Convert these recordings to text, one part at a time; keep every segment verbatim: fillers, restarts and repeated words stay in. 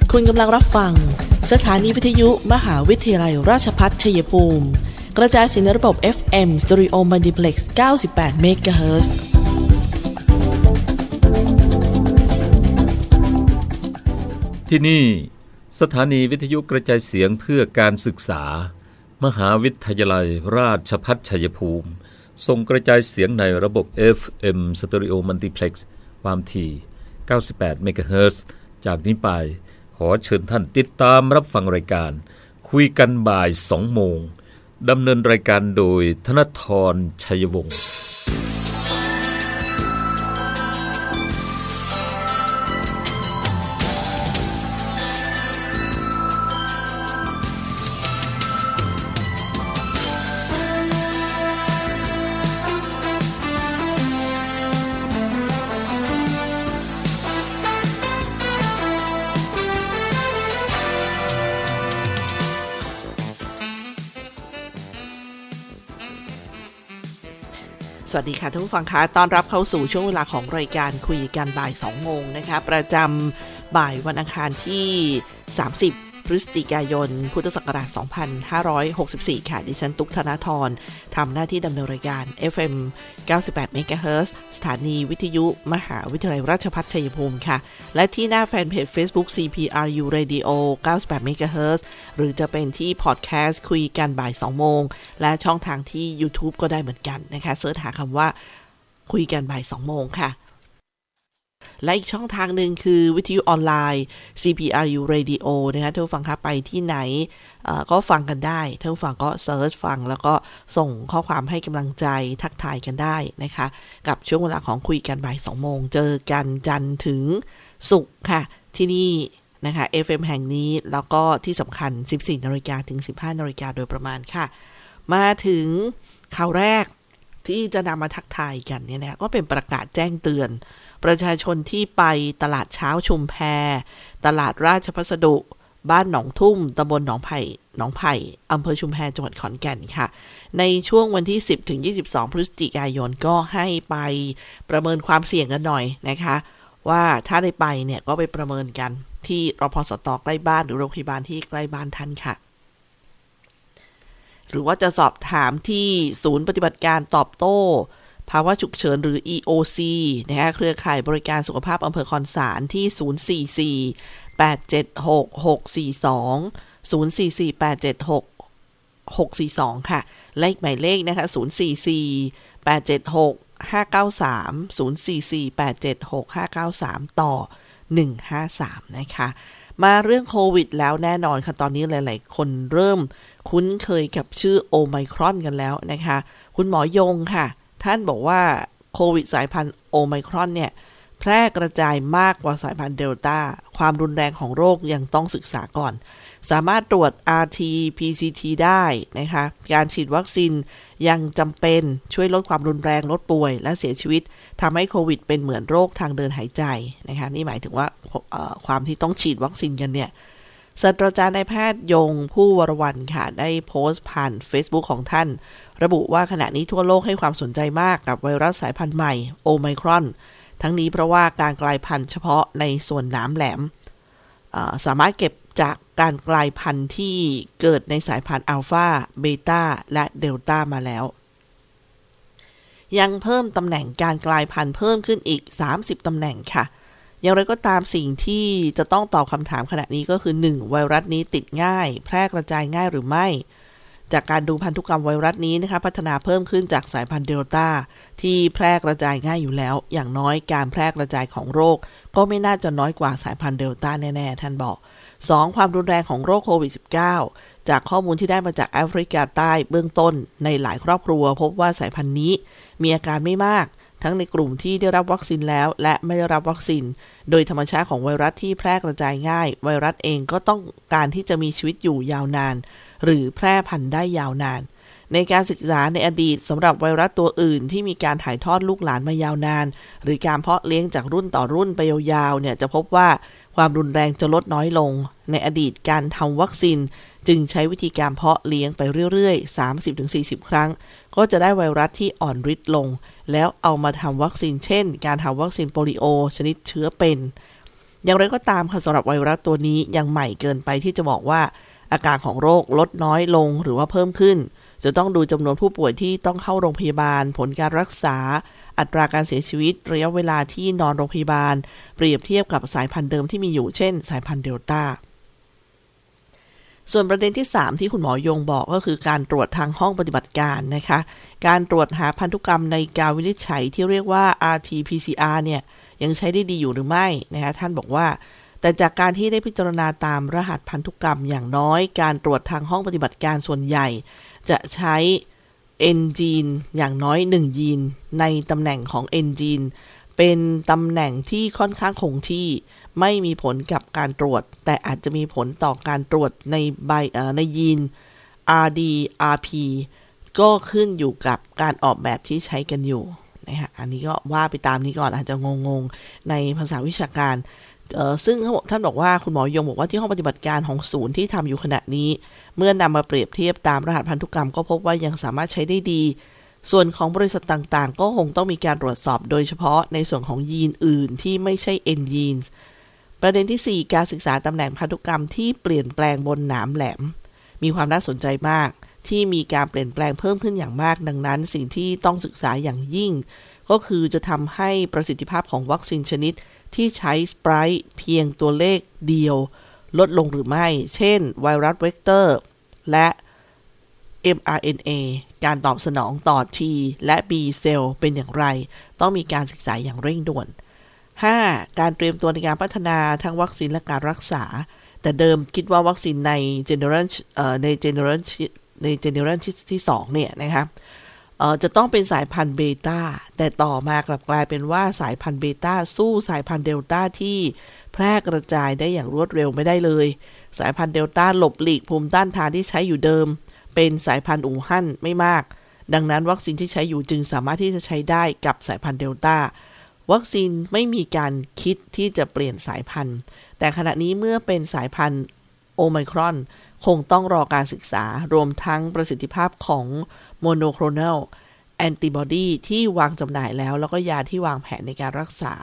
คุณกำลังรับฟังสถานีวิทยุมหาวิทยาลัยราชภัฏชัยภูมิกระจายเสียงในระบบ เอฟ เอ็ม Stereo Multiplex เก้าสิบแปด เมกะเฮิรตซ์ที่นี่สถานีวิทยุกระจายเสียงเพื่อการศึกษามหาวิทยาลัยราชภัฏชัยภูมิส่งกระจายเสียงในระบบ เอฟ เอ็ม Stereo Multiplex ความถี่เก้าสิบแปด เมกะเฮิรตซ์ จากนี้ไปขอเชิญท่านติดตามรับฟังรายการคุยกันบ่ายสองโมงดำเนินรายการโดยธนธรชัยวงศ์สวัสดีค่ะท่านผู้ฟังคะต้อนรับเข้าสู่ช่วงเวลาของรายการคุยกันบ่ายสองโมงนะคะประจำบ่ายวันอังคารที่สามสิบพฤศจิกายนพุทธศักราชสองพันห้าร้อยหกสิบสี่ค่ะดิฉันตุ๊กธนธรทำหน้าที่ดำเนินรายการ เอฟ เอ็ม เก้าสิบแปด เมกะเฮิรตซ์ สถานีวิทยุมหาวิทยาลัยราชภัฏชัยภูมิค่ะและที่หน้าแฟนเพจ Facebook ซี พี อาร์ ยู Radio เก้าสิบแปด เมกะเฮิรตซ์ หรือจะเป็นที่พอดแคสต์คุยกันบ่ายสองโมงและช่องทางที่ YouTube ก็ได้เหมือนกันนะคะเสิร์ชหาคำว่าคุยกันบ่ายสองโมงค่ะและอีกช่องทางหนึ่งคือวิทยุออนไลน์ ซี พี อาร์ ยู Radio นะคะท่านผู้ฟังคะไปที่ไหนก็ฟังกันได้ท่านผู้ฟังก็เซิร์ชฟังแล้วก็ส่งข้อความให้กำลังใจทักทายกันได้นะคะกับช่วงเวลาของคุยกันบ่ายสองโมงเจอกันจันทร์ถึงศุกร์ค่ะที่นี่นะคะ เอฟ เอ็ม แห่งนี้แล้วก็ที่สำคัญ สิบสี่นาฬิกาถึง สิบห้านาฬิกาโดยประมาณค่ะมาถึงข่าวแรกที่จะนำมาทักทายกันเนี่ยนะก็เป็นประกาศแจ้งเตือนประชาชนที่ไปตลาดเช้าชุมแพตลาดราชพัสดุบ้านหนองทุ่มตำบลหนองไผ่หนองไผ่อำเภอชุมแพจังหวัดขอนแก่นค่ะในช่วงวันที่สิบถึงยี่สิบสองพฤศจิกายนก็ให้ไปประเมินความเสี่ยงกันหน่อยนะคะว่าถ้าได้ไปเนี่ยก็ไปประเมินกันที่รพสตใกล้บ้านหรือโรงพยาบาลที่ใกล้บ้านท่านค่ะหรือว่าจะสอบถามที่ศูนย์ปฏิบัติการตอบโต้ภาวะฉุกเฉินหรือ อี โอ ซี นะคะเครือข่ายบริการสุขภาพอำเภอคอนสารที่ศูนย์ สี่ สี่ แปด เจ็ด หก หก สี่ สอง ศูนย์ สี่ สี่ แปด เจ็ด หก หก สี่ สองค่ะเลขหมายเลขนะคะศูนย์ สี่ สี่ แปด เจ็ด หก ห้า เก้า สาม ศูนย์ สี่ สี่ แปด เจ็ด หก ห้า เก้า สามต่อหนึ่งห้าสามนะคะมาเรื่องโควิดแล้วแน่นอนค่ะตอนนี้หลายๆคนเริ่มคุ้นเคยกับชื่อโอไมครอนกันแล้วนะคะคุณหมอยงค่ะท่านบอกว่าโควิดสายพันธุ์โอไมครอนเนี่ยแพร่กระจายมากกว่าสายพันธุ์เดลต้าความรุนแรงของโรคยังต้องศึกษาก่อนสามารถตรวจ อาร์ ที พี ซี ที ได้นะคะการฉีดวัคซีนยังจำเป็นช่วยลดความรุนแรงลดป่วยและเสียชีวิตทำให้โควิดเป็นเหมือนโรคทางเดินหายใจนะคะนี่หมายถึงว่าความที่ต้องฉีดวัคซีนกันเนี่ยศาสตราจารย์นายแพทย์ยงผู้วรวรรณค่ะได้โพสต์ผ่าน Facebook ของท่านระบุว่าขณะนี้ทั่วโลกให้ความสนใจมากกับไวรัสสายพันธุ์ใหม่โอไมครอนทั้งนี้เพราะว่าการกลายพันธุ์เฉพาะในส่วนหนามแหลมสามารถเก็บจากการกลายพันธุ์ที่เกิดในสายพันธุ์อัลฟาเบต้าและเดลต้ามาแล้วยังเพิ่มตำแหน่งการกลายพันธุ์เพิ่มขึ้นอีกสามสิบตำแหน่งค่ะอย่างไรก็ตามสิ่งที่จะต้องตอบคำถามขณะนี้ก็คือหนึ่งไวรัสนี้ติดง่ายแพร่กระจายง่ายหรือไม่จากการดูพันธุกรรมไวรัสนี้นะคะพัฒนาเพิ่มขึ้นจากสายพันธุ์เดลต้าที่แพร่กระจายง่ายอยู่แล้วอย่างน้อยการแพร่กระจายของโรคก็ไม่น่าจะน้อยกว่าสายพันธุ์เดลต้าแน่ๆท่านบอกสองความรุนแรงของโรคโควิด สิบเก้า จากข้อมูลที่ได้มาจากแอฟริกาใต้เบื้องต้นในหลายครอบครัวพบว่าสายพันธุ์นี้มีอาการไม่มากทั้งในกลุ่มที่ได้รับวัคซีนแล้วและไม่ได้รับวัคซีนโดยธรรมชาติของไวรัสที่แพร่กระจายง่ายไวรัสเองก็ต้องการที่จะมีชีวิตอยู่ยาวนานหรือแพร่พันธุ์ได้ยาวนานในการศึกษาในอดีตสำหรับไวรัสตัวอื่นที่มีการถ่ายทอดลูกหลานมายาวนานหรือการเพาะเลี้ยงจากรุ่นต่อรุ่นไปยาวๆเนี่ยจะพบว่าความรุนแรงจะลดน้อยลงในอดีตการทำวัคซีนจึงใช้วิธีการเพาะเลี้ยงไปเรื่อยๆ สามสิบถึงสี่สิบ ครั้งก็จะได้ไวรัสที่อ่อนฤทธิ์ลงแล้วเอามาทำวัคซีนเช่นการทำวัคซีนโปลิโอชนิดเชื้อเป็นอย่างไรก็ตามค่ะสำหรับไวรัสตัวนี้ยังใหม่เกินไปที่จะบอกว่าอาการของโรคลดน้อยลงหรือว่าเพิ่มขึ้นจะต้องดูจำนวนผู้ป่วยที่ต้องเข้าโรงพยาบาลผลการรักษาอัตราการเสียชีวิตระยะเวลาที่นอนโรงพยาบาลเปรียบเทียบกับสายพันธุ์เดิมที่มีอยู่เช่นสายพันธุ์เดลต้าส่วนประเด็นที่สามที่คุณหมอยงบอกก็คือการตรวจทางห้องปฏิบัติการนะคะการตรวจหาพันธุกรรมในการวินิจฉัยที่เรียกว่า อาร์ ที พี ซี อาร์ เนี่ยยังใช้ได้ดีอยู่หรือไม่นะคะท่านบอกว่าแต่จากการที่ได้พิจารณาตามรหัสพันธุกรรมอย่างน้อยการตรวจทางห้องปฏิบัติการส่วนใหญ่จะใช้ N จีนอย่างน้อยหนึ่งยีนในตำแหน่งของ N จีนเป็นตำแหน่งที่ค่อนข้างคงที่ไม่มีผลกับการตรวจแต่อาจจะมีผลต่อการตรวจในใบเอ่อในยีน อาร์ ดี อาร์ พี ก็ขึ้นอยู่กับการออกแบบที่ใช้กันอยู่นะฮะอันนี้ก็ว่าไปตามนี้ก่อนอาจจะงงๆในภาษาวิชาการเอ่อซึ่งท่านบอกว่าคุณหมอยงบอกว่าที่ห้องปฏิบัติการของศูนย์ที่ทำอยู่ขณะนี้เมื่อนำมาเปรียบเทียบตามรหัสพันธุกรรมก็พบว่ายังสามารถใช้ได้ดีส่วนของบริษัทต่างๆก็คงต้องมีการตรวจสอบโดยเฉพาะในส่วนของยีนอื่นที่ไม่ใช่ N ยีนประเด็นที่สี่การศึกษาตำแหน่งพันธุกรรมที่เปลี่ยนแปลงบนหนามแหลมมีความน่าสนใจมากที่มีการเปลี่ยนแปลงเพิ่มขึ้นอย่างมากดังนั้นสิ่งที่ต้องศึกษาอย่างยิ่งก็คือจะทำให้ประสิทธิภาพของวัคซีนชนิดที่ใช้สไปร์เพียงตัวเลขเดียวลดลงหรือไม่เช่นไวรัสเวกเตอร์และ เอ็ม อาร์ เอ็น เอ การตอบสนองต่อ T และ B เซลล์เป็นอย่างไรต้องมีการศึกษาอย่างเร่งด่วนห้าการเตรียมตัวในการพัฒนาทั้งวัคซีนและการรักษาแต่เดิมคิดว่าวัคซีนใน generation เอ่อใน generation ใน generation ที่สองเนี่ยนะคะเอ่อจะต้องเป็นสายพันธุ์เบต้าแต่ต่อมากลับกลายเป็นว่าสายพันธุ์เบต้าสู้สายพันธุ์เดลต้าที่แพร่กระจายได้อย่างรวดเร็วไม่ได้เลยสายพันธุ์เดลต้าหลบหลีกภูมิต้านทานที่ใช้อยู่เดิมเป็นสายพันธุ์อู่ฮั่นไม่มากดังนั้นวัคซีนที่ใช้อยู่จึงสามารถที่จะใช้ได้กับสายพันธุ์เดลต้าวัคซีนไม่มีการคิดที่จะเปลี่ยนสายพันธุ์แต่ขณะนี้เมื่อเป็นสายพันธุ์โอไมครอนคงต้องรอการศึกษารวมทั้งประสิทธิภาพของโมโนโคลนอลแอนติบอดีที่วางจำหน่ายแล้วแล้วก็ยาที่วางแผนในการรักษา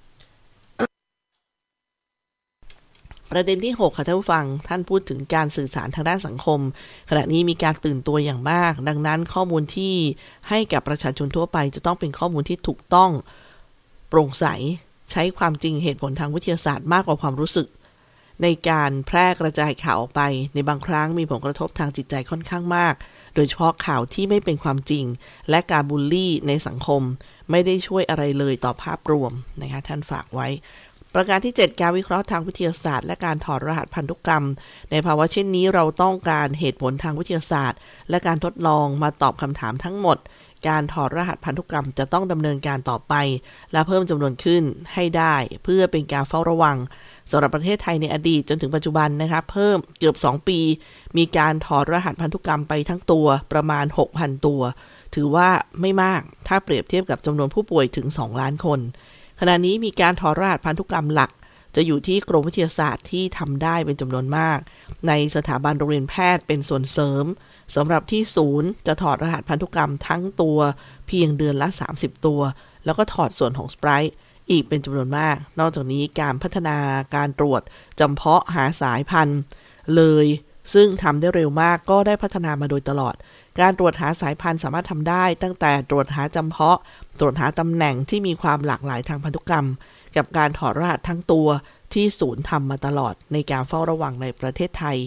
ประเด็นที่หกค่ะท่านผู้ฟังท่านพูดถึงการสื่อสารทางด้านสังคมขณะนี้มีการตื่นตัวอย่างมากดังนั้นข้อมูลที่ให้กับประชาชนทั่วไปจะต้องเป็นข้อมูลที่ถูกต้องโปร่งใสใช้ความจริงเหตุผลทางวิทยาศาสตร์มากกว่าความรู้สึกในการแพร่กระจายข่าวออกไปในบางครั้งมีผลกระทบทางจิตใจค่อนข้างมากโดยเฉพาะข่าวที่ไม่เป็นความจริงและการบูลลี่ในสังคมไม่ได้ช่วยอะไรเลยต่อภาพรวมนะคะท่านฝากไว้ประการที่เจ็ดการวิเคราะห์ทางวิทยาศาสตร์และการถอดรหัสพันธุกรรมในภาวะเช่นนี้เราต้องการเหตุผลทางวิทยาศาสตร์และการทดลองมาตอบคำถามทั้งหมดการถอดรหัสพันธุกรรมจะต้องดำเนินการต่อไปและเพิ่มจำนวนขึ้นให้ได้เพื่อเป็นการเฝ้าระวังสำหรับประเทศไทยในอดีตจนถึงปัจจุบันนะคะเพิ่มเกือบสองปีมีการถอดรหัสพันธุกรรมไปทั้งตัวประมาณ หกพัน ตัวถือว่าไม่มากถ้าเปรียบเทียบกับจำนวนผู้ป่วยถึงสองล้านคนขณะนี้มีการถอดรหัสพันธุกรรมหลักจะอยู่ที่กรมวิทยาศาสตร์ที่ทำได้เป็นจำนวนมากในสถาบันโรงเรียนแพทย์เป็นส่วนเสริมสำหรับที่ศูนย์จะถอดรหัสพันธุกรรมทั้งตัวเพียงเดือนละสามสิบตัวแล้วก็ถอดส่วนของสไปร์อีกเป็นจำนวนมากนอกจากนี้การพัฒนาการตรวจจำเพาะหาสายพันธุ์เลยซึ่งทำได้เร็วมากก็ได้พัฒนามาโดยตลอดการตรวจหาสายพันธุ์สามารถทำได้ตั้งแต่ตรวจหาจำเพาะตรวจหาตำแหน่งที่มีความหลากหลายทางพันธุกรรมกับการถอดรหัสทั้งตัวที่ศูนย์ทำมาตลอดในการเฝ้าระวังในประเทศไทย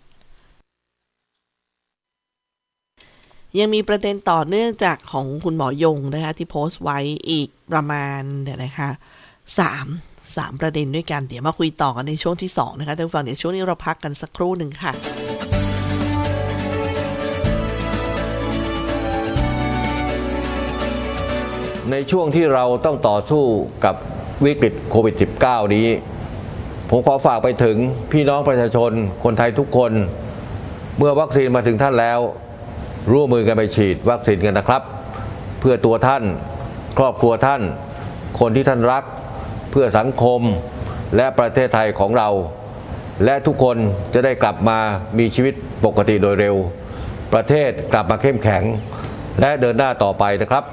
ยังมีประเด็นต่อเนื่องจากของคุณหมอยงนะคะที่โพสต์ไว้อีกประมาณเดี๋ยวนะคะสามสามประเด็นด้วยกันเดี๋ยวมาคุยต่อกันในช่วงที่สองนะคะท่านผู้ฟังเดี๋ยวช่วงนี้เราพักกันสักครู่หนึ่งค่ะในช่วงที่เราต้องต่อสู้กับวิกฤตโควิด สิบเก้า นี้ผมขอฝากไปถึงพี่น้องประชาชนคนไทยทุกคนเมื่อวัคซีนมาถึงท่านแล้วร่วมมือกันไปฉีดวัคซีนกันนะครับเพื่อตัวท่านครอบครัวท่านคนที่ท่านรักเพื่อสังคมและประเทศไทยของเราและทุกคนจะได้กลับมามีชีวิตปกติโดยเร็วประเทศกลับมาเข้มแข็งและเดินหน้าต่อไปนะครับ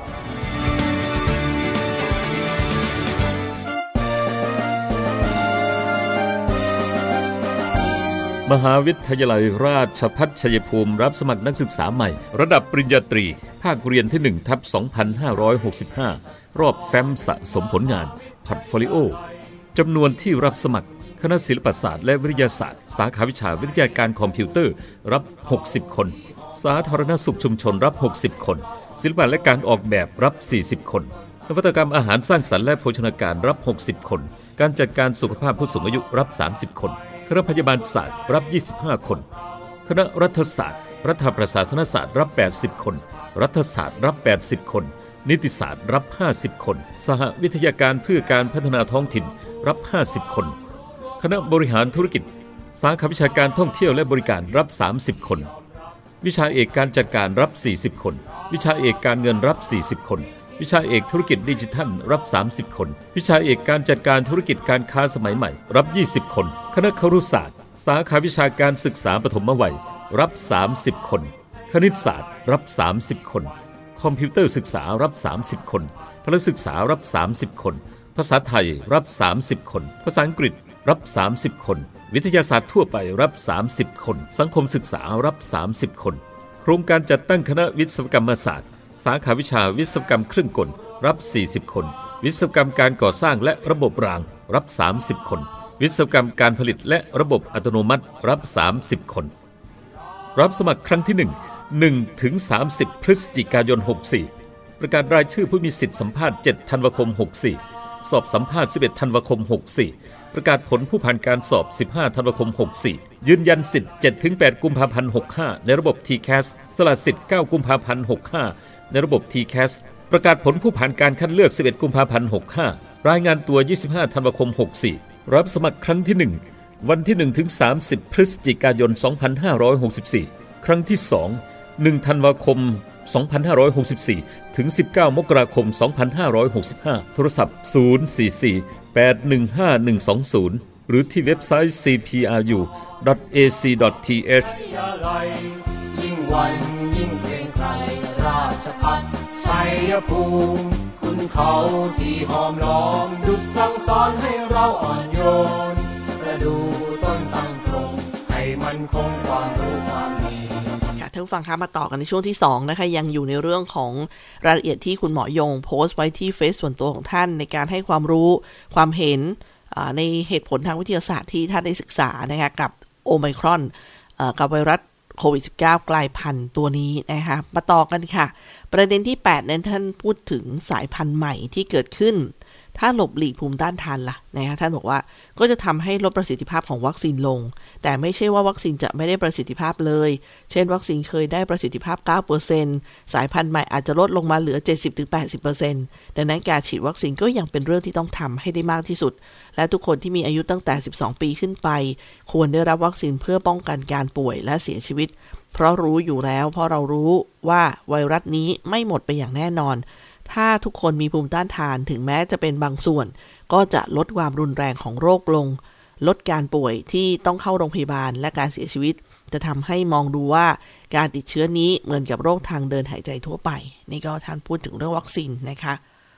มหาวิทยาลัยราชภัฏชัยภูมิรับสมัครนักศึกษาใหม่ระดับปริญญาตรีภาคเรียนที่ หนึ่งทับสองพันห้าร้อยหกสิบห้า รอบแฟ้มสะสมผลงานพอร์ตโฟลิโอจำนวนที่รับสมัครคณะศิลปศาสตร์และวิทยาศาสตร์สาขาวิชาวิทยาการคอมพิวเตอร์รับหกสิบคนสาธารณสุขชุมชนรับหกสิบคนศิลปะและการออกแบบรับสี่สิบคนนวัตกรรมอาหารสร้างสรรค์และโภชนาการรับหกสิบคนการจัดการสุขภาพผู้สูงอายุรับสามสิบคนคณะพยาบาลศาสตร์รับยี่สิบห้าคนคณะรัฐศาสตร์รัฐประศาสนศาสตร์รับแปดสิบคนรัฐศาสตร์รับแปดสิบคนนิติศาสตร์รับห้าสิบคนสหวิทยาการเพื่อการพัฒนาท้องถิ่นรับห้าสิบคนคณะบริหารธุรกิจสาขาวิชาการท่องเที่ยวและบริการรับสามสิบคนวิชาเอกการจัดการรับสี่สิบคนวิชาเอกการเงินรับสี่สิบคนวิชาเอกธุรกิจดิจิทัลรับสามสิบคนวิชาเอกการจัดการธุรกิจการค้าสมัยใหม่รับยี่สิบคนคณะครุศาสตร์สาขาวิชาการศึกษาปฐมวัยรับสามสิบคนคณิตศาสตร์รับสามสิบคนคอมพิวเตอร์ศึกษารับสามสิบคนพละศึกษารับสามสิบคนภาษาไทยรับสามสิบคนภาษาอังกฤษรับสามสิบคนวิทยาศาสตร์ทั่วไปรับสามสิบคนสังคมศึกษารับสามสิบคนโครงการจัดตั้งคณะวิศวกรรมศาสตร์สาขาวิชาวิศวกรรมเครื่องกลรับสี่สิบคนวิศวกรรมการก่อสร้างและระบบรางรับสามสิบคนวิศวกรรมการผลิตและระบบอัตโนมัติรับสามสิบคนรับสมัครครั้งที่หนึ่ง หนึ่งถึงสามสิบพฤศจิกายนหกสี่ประกาศรายชื่อผู้มีสิทธิสัมภาษณ์เจ็ดธันวาคมหกสี่สอบสัมภาษณ์สิบเอ็ดธันวาคมหกสี่ประกาศผลผู้ผ่านการสอบสิบห้าธันวาคมหกสี่ยืนยันสิทธิ์ เจ็ดถึงแปด กุมภาพันธ์หกห้าในระบบ ที แคส สละสิทธิ์เก้ากุมภาพันธ์หกห้าในระบบ ที แคส ประกาศผลผู้ผ่านการคัดเลือกสิบเอ็ดกุมภาพันธ์หกห้ารายงานตัวยี่สิบห้าธันวาคมหกสี่รับสมัครครั้งที่หนึ่งวันที่หนึ่งถึงสามสิบพฤศจิกายนสองพันห้าร้อยหกสิบสี่ครั้งที่สอง หนึ่งธันวาคมสองพันห้าร้อยหกสิบสี่ถึงสิบเก้ามกราคมสองพันห้าร้อยหกสิบห้าโทรศัพท์ศูนย์ สี่ สี่ แปด หนึ่ง ห้า หนึ่ง สอง ศูนย์หรือที่เว็บไซต์ ซี พี อาร์ ยู ดอท เอ ซี ดอท ที เอชยิ่งวันยิ่งเกรงไกรราชภัฏชัยภูมิคุณเขาที่หอมล้อมดุจสั่งสอนให้เราอ่อนโยนประดูต้นตั้งตรงให้มันคงความรู้ความดีท่านผู้ฟังคะมาต่อกันในช่วงที่สองนะคะยังอยู่ในเรื่องของรายละเอียดที่คุณหมอยงโพสต์ไว้ที่เฟซส่วนตัวของท่านในการให้ความรู้ความเห็นในเหตุผลทางวิทยาศาสตร์ที่ท่านได้ศึกษานะคะกับโอไมครอนกับไวรัสโควิด สิบเก้า กลายพันธุ์ตัวนี้นะคะมาต่อกันค่ะประเด็นที่แปดนั้นท่านพูดถึงสายพันธุ์ใหม่ที่เกิดขึ้นถ้าหลบหลีกภูมิต้านทานล่ะนะคะท่านบอกว่าก็จะทำให้ลดประสิทธิภาพของวัคซีนลงแต่ไม่ใช่ว่าวัคซีนจะไม่ได้ประสิทธิภาพเลยเช่นวัคซีนเคยได้ประสิทธิภาพ เก้าเปอร์เซ็นต์ สายพันธุ์ใหม่อาจจะลดลงมาเหลือ เจ็ดสิบถึงแปดสิบเปอร์เซ็นต์ ดังนั้นการฉีดวัคซีนก็ยังเป็นเรื่องที่ต้องทำให้ได้มากที่สุดและทุกคนที่มีอายุตั้งแต่สิบสองปีขึ้นไปควรได้รับวัคซีนเพื่อป้องกันการป่วยและเสียชีวิตเพราะรู้อยู่แล้วเพราะเรารู้ว่าไวรัสนี้ไม่หมดไปอย่างแน่นอนถ้าทุกคนมีภูมิต้านทานถึงแม้จะเป็นบางส่วนก็จะลดความรุนแรงของโรคลงลดการป่วยที่ต้องเข้าโรงพยาบาลและการเสียชีวิตจะทำให้มองดูว่าการติดเชื้อนี้เหมือนกับโรคทางเดินหายใจทั่วไปนี่ก็ท่านพูดถึงเรื่องวัคซีนนะคะ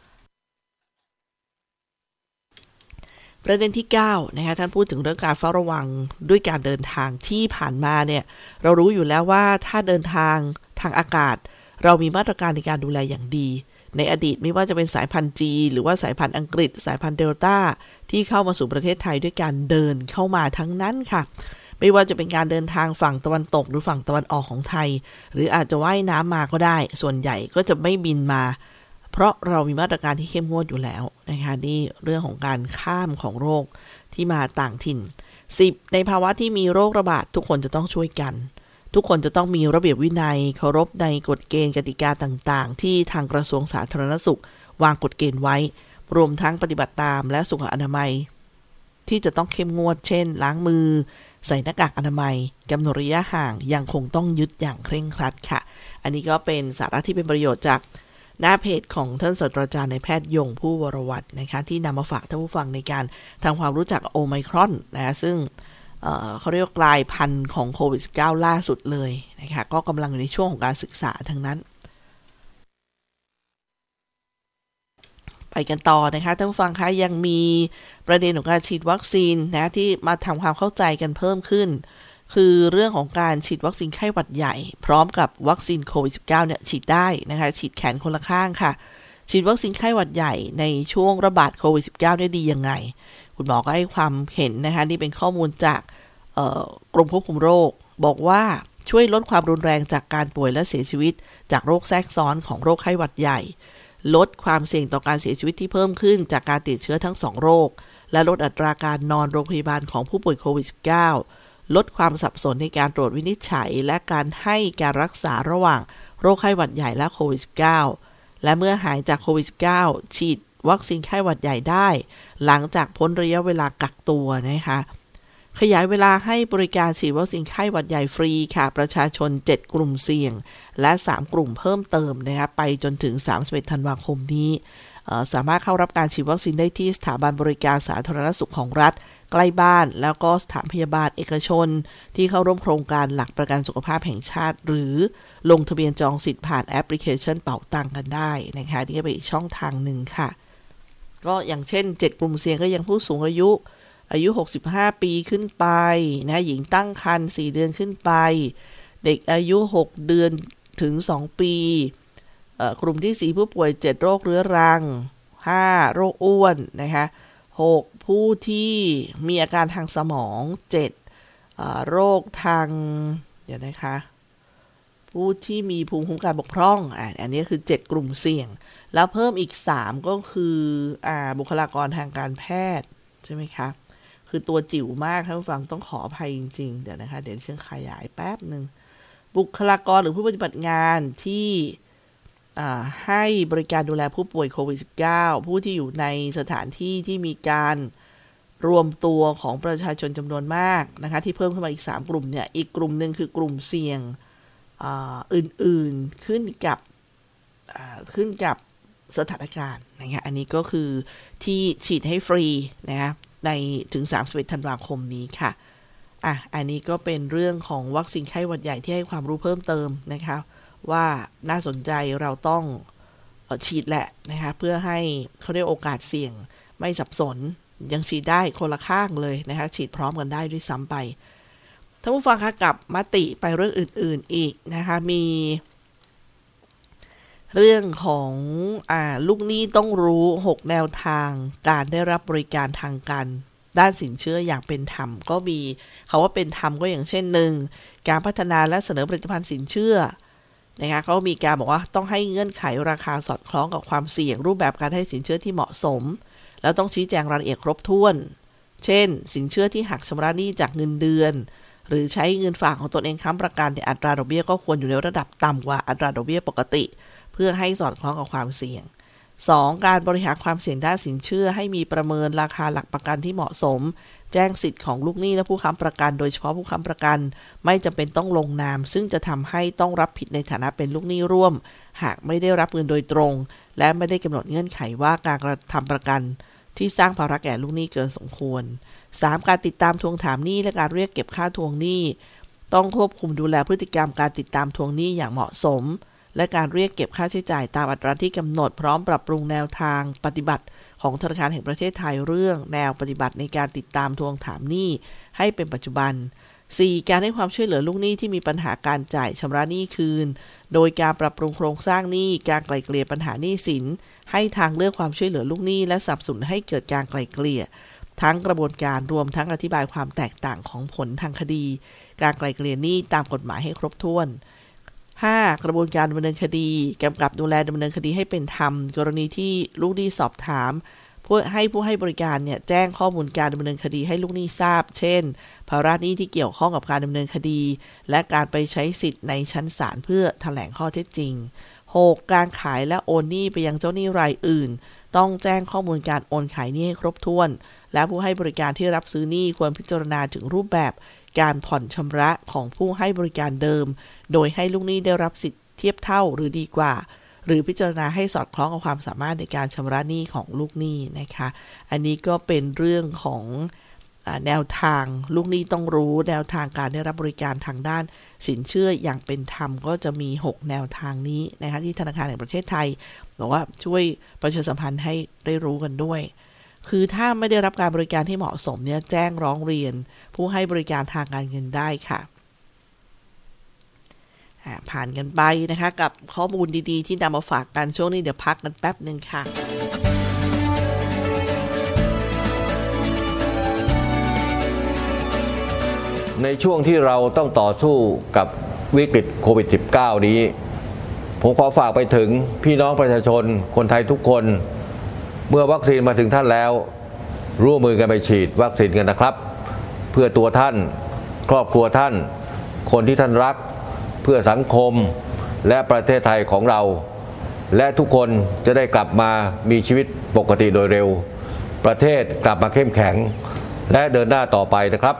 ประเด็นที่เก้านะคะท่านพูดถึงเรื่องการเฝ้าระวังด้วยการเดินทางที่ผ่านมาเนี่ยเรารู้อยู่แล้วว่าถ้าเดินทางทางอากาศเรามีมาตรการในการดูแลอย่างดีในอดีตไม่ว่าจะเป็นสายพันธุ์จีหรือว่าสายพันธุ์อังกฤษสายพันธุ์เดลต้าที่เข้ามาสู่ประเทศไทยด้วยการเดินเข้ามาทั้งนั้นค่ะไม่ว่าจะเป็นการเดินทางฝั่งตะวันตกหรือฝั่งตะวันออกของไทยหรืออาจจะว่ายน้ำมาก็ได้ส่วนใหญ่ก็จะไม่บินมาเพราะเรามีมาตรการที่เข้มงวดอยู่แล้วนะคะนี่เรื่องของการข้ามของโรคที่มาต่างถิ่นสิบในภาวะที่มีโรคระบาดทุกคนจะต้องช่วยกันทุกคนจะต้องมีระเบียบวินัยเคารพในกฎเกณฑ์กติกาต่างๆที่ทางกระทรวงสาธารณสุขวางกฎเกณฑ์ไว้รวมทั้งปฏิบัติตามและสุขอนามัยที่จะต้องเข้มงวดเช่นล้างมือใส่หน้ากากอนามัยกำหนดระยะห่างยังคงต้องยึดอย่างเคร่งครัดค่ะอันนี้ก็เป็นสาระที่เป็นประโยชน์จากหน้าเพจของท่านศาสตราจารย์นายแพทย์ยงผู้วรวัฒน์นะคะที่นำมาฝากท่านผู้ฟังในการทำความรู้จักโอไมครอนนะซึ่งเอ่อเขาเรียกกลายพันธุ์ของโควิด สิบเก้า ล่าสุดเลยนะคะก็กำลังอยู่ในช่วงของการศึกษาทั้งนั้นไปกันต่อนะคะท่านผู้ฟังคะยังมีประเด็นของการฉีดวัคซีนนะที่มาทำความเข้าใจกันเพิ่มขึ้นคือเรื่องของการฉีดวัคซีนไข้หวัดใหญ่พร้อมกับวัคซีนโควิด สิบเก้า เนี่ยฉีดได้นะคะฉีดแขนคนละข้างค่ะฉีดวัคซีนไข้หวัดใหญ่ในช่วงระบาดโควิด สิบเก้า เนี่ยดียังไงคุณหมอก็ให้ความเห็นนะคะนี่เป็นข้อมูลจากกรมควบคุมโรคบอกว่าช่วยลดความรุนแรงจากการป่วยและเสียชีวิตจากโรคแทรกซ้อนของโรคไข้หวัดใหญ่ลดความเสี่ยงต่อการเสียชีวิตที่เพิ่มขึ้นจากการติดเชื้อทั้งสองโรคและลดอัตราการนอนโรงพยาบาลของผู้ป่วยโควิด สิบเก้า ลดความสับสนในการตรวจวินิจฉัยและการให้การรักษาระหว่างโรคไข้หวัดใหญ่และโควิด สิบเก้า และเมื่อหายจากโควิด สิบเก้า ฉีดวัคซีนไข้หวัดใหญ่ได้หลังจากพ้นระยะเวลากักตัวนะคะขยายเวลาให้บริการฉีดวัคซีนไข้หวัดใหญ่ฟรีค่ะประชาชนเจ็ดกลุ่มเสี่ยงและสามกลุ่มเพิ่มเติมนะคะไปจนถึงสามสิบเอ็ดธันวาคมนี้สามารถเข้ารับการฉีดวัคซีนได้ที่สถาบันบริการสาธารณสุขของรัฐใกล้บ้านแล้วก็สถานพยาบาลเอกชนที่เข้าร่วมโครงการหลักประกันสุขภาพแห่งชาติหรือลงทะเบียนจองสิทธิ์ผ่านแอปพลิเคชันเป๋าตังกันได้นะคะนี่ก็เป็นอีกช่องทางหนึ่งค่ะก็อย่างเช่นเจ็ดกลุ่มเสี่ยงก็ยังผู้สูงอายุอายุหกสิบห้าปีขึ้นไปนะหญิงตั้งครรภ์สี่เดือนขึ้นไปเด็กอายุหกเดือนถึงสองปีเอ่อกลุ่มที่สี่ผู้ป่วยเจ็ดโรคเรื้อรังห้าโรคอ้วนนะคะหกผู้ที่มีอาการทางสมองเจ็ดเอ่อโรคทางเดี๋ยวนะคะผู้ที่มีภูมิคุ้มกันบกพร่องอ่าอันนี้คือเจ็ดกลุ่มเสี่ยงแล้วเพิ่มอีกสามก็คืออ่าบุคลากรทางการแพทย์ใช่ไหมคะคือตัวจิ๋วมากท่านผู้ฟังต้องขออภัยจริงๆเดี๋ยวนะคะเดี๋ยวเชื่อขยายแป๊บนึงบุคลากรหรือผู้ปฏิบัติงานที่ให้บริการดูแลผู้ป่วยโควิด สิบเก้า ผู้ที่อยู่ในสถานที่ที่มีการรวมตัวของประชาชนจำนวนมากนะคะที่เพิ่มขึ้นมาอีกสามกลุ่มเนี่ยอีกกลุ่มหนึ่งคือกลุ่มเสี่ยงอื่นๆขึ้นกับขึ้นกับสถานการณ์นะคะอันนี้ก็คือที่ฉีดให้ฟรีนะคะในถึงสามสิบเอ็ดธันวาคมนี้ค่ะอ่ะอันนี้ก็เป็นเรื่องของวัคซีนไข้หวัดใหญ่ที่ให้ความรู้เพิ่มเติมนะคะว่าน่าสนใจเราต้องฉีดแหละนะคะเพื่อให้เขาได้โอกาสเสี่ยงไม่สับสนยังฉีดได้คนละข้างเลยนะคะฉีดพร้อมกันได้ด้วยซ้ำไปท่านผู้ฟังคะกับมติไปเรื่องอื่นๆอีกนะคะมีเรื่องของอ่าลูกหนี้ต้องรู้หกแนวทางการได้รับบริการทางการด้านสินเชื่ออย่างเป็นธรรมก็มีคำว่าเป็นธรรมก็อย่างเช่นหนึ่งการพัฒนาและเสนอผลิตภัณฑ์สินเชื่อนะคะเขามีการบอกว่าต้องให้เงื่อนไขราคาสอดคล้องกับความเสี่ยงรูปแบบการให้สินเชื่อที่เหมาะสมแล้วต้องชี้แจงรายละเอียดครบถ้วนเช่นสินเชื่อที่หักชำระหนี้จากเงินเดือนหรือใช้เงินฝากของตนเองค้ำประกันในอัตราดอกเบี้ยก็ควรอยู่ในระดับต่ำกว่าอัตราดอกเบี้ยปกติเพื่อให้สอดคล้องกับความเสี่ยงสองการบริหารความเสี่ยงด้านสินเชื่อให้มีประเมินราคาหลักประกันที่เหมาะสมแจ้งสิทธิ์ของลูกหนี้และผู้ค้ำประกันโดยเฉพาะผู้ค้ำประกันไม่จำเป็นต้องลงนามซึ่งจะทำให้ต้องรับผิดในฐานะเป็นลูกหนี้ร่วมหากไม่ได้รับเงินโดยตรงและไม่ได้กำหนดเงื่อนไขว่าการกระทำประกันที่สร้างภาระแก่ลูกหนี้เกินสมควรสามการติดตามทวงถามหนี้และการเรียกเก็บค่าทวงหนี้ต้องควบคุมดูแลพฤติกรรมการติดตามทวงหนี้อย่างเหมาะสมและการเรียกเก็บค่าใช้จ่ายตามอัตราที่กำหนดพร้อมปรับปรุงแนวทางปฏิบัติของธนาคารแห่งประเทศไทยเรื่องแนวปฏิบัติในการติดตามทวงถามหนี้ให้เป็นปัจจุบัน สี่ การให้ความช่วยเหลือลูกหนี้ที่มีปัญหาการจ่ายชำระหนี้คืนโดยการปรับปรุงโครงสร้างหนี้การไกล่เกลี่ยปัญหาหนี้สินให้ทางเลือกความช่วยเหลือลูกหนี้และสนับสนุนให้เกิดการไกล่เกลี่ยทั้งกระบวนการรวมทั้งอธิบายความแตกต่างของผลทางคดีการไกล่เกลี่ยหนี้ตามกฎหมายให้ครบถ้วนห้ากระบวนการดำเนินคดีกำกับดูแลดำเนินคดีให้เป็นธรรมกรณีที่ลูกหนี้สอบถามเพื่อให้ผู้ให้บริการเนี่ยแจ้งข้อมูลการดำเนินคดีให้ลูกหนี้ทราบเช่นภาระหนี้ที่เกี่ยวข้องกับการดำเนินคดีและการไปใช้สิทธิ์ในชั้นศาลเพื่อแถลงข้อเท็จจริงหกการขายและโอนหนี้ไปยังเจ้าหนี้รายอื่นต้องแจ้งข้อมูลการโอนขายหนี้ให้ครบถ้วนและผู้ให้บริการที่รับซื้อหนี้ควรพิจารณาถึงรูปแบบการผ่อนชำระของผู้ให้บริการเดิมโดยให้ลูกหนี้ได้รับสิทธิ์เทียบเท่าหรือดีกว่าหรือพิจารณาให้สอดคล้องกับความสามารถในการชำระหนี้ของลูกหนี้นะคะอันนี้ก็เป็นเรื่องของอ่าแนวทางลูกหนี้ต้องรู้แนวทางการได้รับบริการทางด้านสินเชื่ออย่างเป็นธรรมก็จะมีหกแนวทางนี้นะคะที่ธนาคารแห่งประเทศไทยบอกว่าช่วยประชาสัมพันธ์ให้ได้รู้กันด้วยคือถ้าไม่ได้รับการบริการที่เหมาะสมเนี่ยแจ้งร้องเรียนผู้ให้บริการทางการเงินได้ค่ะผ่านกันไปนะคะกับข้อมูลดีๆที่นำมาฝากกันช่วงนี้เดี๋ยวพักกันแป๊บนึงค่ะในช่วงที่เราต้องต่อสู้กับวิกฤตโควิด สิบเก้า นี้ผมขอฝากไปถึงพี่น้องประชาชนคนไทยทุกคนเมื่อวัคซีนมาถึงท่านแล้วร่วมมือกันไปฉีดวัคซีนกันนะครับเพื่อตัวท่านครอบครัวท่านคนที่ท่านรักเพื่อสังคมและประเทศไทยของเราและทุกคนจะได้กลับมามีชีวิตปกติโดยเร็วประเทศกลับมาเข้มแข็งและเดินหน้าต่อไปนะครับ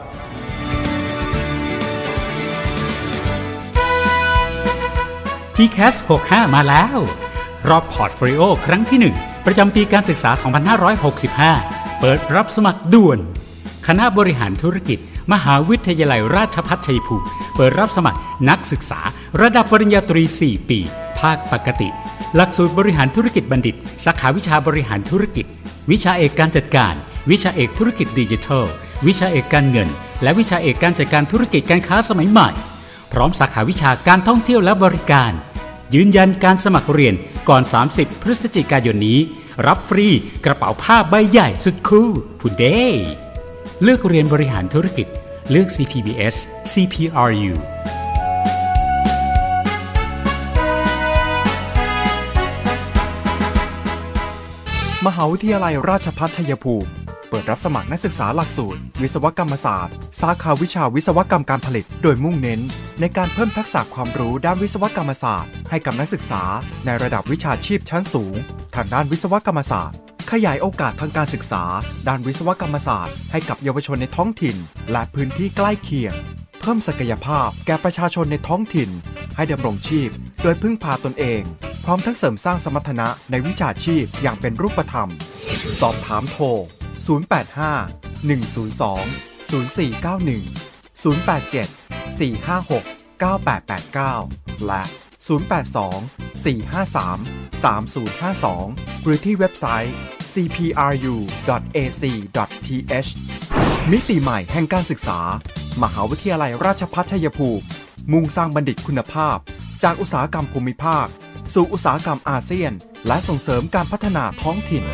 ที แคส หกสิบห้า มาแล้วรอบพอร์ตโฟลิโอครั้งที่หนึ่งประจำปีการศึกษา สองพันห้าร้อยหกสิบห้า เปิดรับสมัครด่วนคณะบริหารธุรกิจมหาวิทยาลัยราชภัฏชัยภูมิเปิดรับสมัครนักศึกษาระดับปริญญาตรี สี่ ปีภาคปกติหลักสูตรบริหารธุรกิจบัณฑิตสาขาวิชาบริหารธุรกิจวิชาเอกการจัดการวิชาเอกธุรกิจดิจิทัลวิชาเอกการเงินและวิชาเอกการจัดการธุรกิจการค้าสมัยใหม่พร้อมสาขาวิชาการท่องเที่ยวและบริการยืนยันการสมัครเรียนก่อนสามสิบพฤศจิกายนนี้รับฟรีกระเป๋าผ้าใบใหญ่สุดคูลฟูเดย์เลือกเรียนบริหารธุรกิจเลือก ซี พี บี เอส ซี พี อาร์ ยูมหาวิทยาลัยราชภัฏชัยภูมิเปิดรับสมัครนักศึกษาหลักสูตรวิศวกรรมศาสตร์สาขาวิชาวิศวกรรมการผลิตโดยมุ่งเน้นในการเพิ่มทักษะความรู้ด้านวิศวกรรมศาสตร์ให้กับนักศึกษาในระดับวิชาชีพชั้นสูงทางด้านวิศวกรรมศาสตร์ขยายโอกาสทางการศึกษาด้านวิศวกรรมศาสตร์ให้กับเยาวชนในท้องถิ่นและพื้นที่ใกล้เคียงเพิ่มศักยภาพแก่ประชาชนในท้องถิ่นให้ดำรงชีพโดยพึ่งพาตนเองพร้อมทั้งเสริมสร้างสมรรถนะในวิชาชีพอย่างเป็นรูปธรรมสอบถามโทรศูนย์ แปด ห้า หนึ่ง ศูนย์ สอง ศูนย์ สี่ เก้า หนึ่ง ศูนย์ แปด เจ็ด สี่ ห้า หก เก้า แปด แปด เก้าและศูนย์ แปด สอง สี่ ห้า สาม สาม ศูนย์ ห้า สองหรือที่เว็บไซต์ ซี พี อาร์ ยู ดอท เอ ซี ดอท ที เอช มิติใหม่แห่งการศึกษามหาวิทยาลัยราชภัฏชัยภูมิมุ่งสร้างบัณฑิตคุณภาพจากอุตสาหกรรมภูมิภาคสู่อุตสาหกรรมอาเซียนและส่งเสริมการพัฒนาท้องถิ่น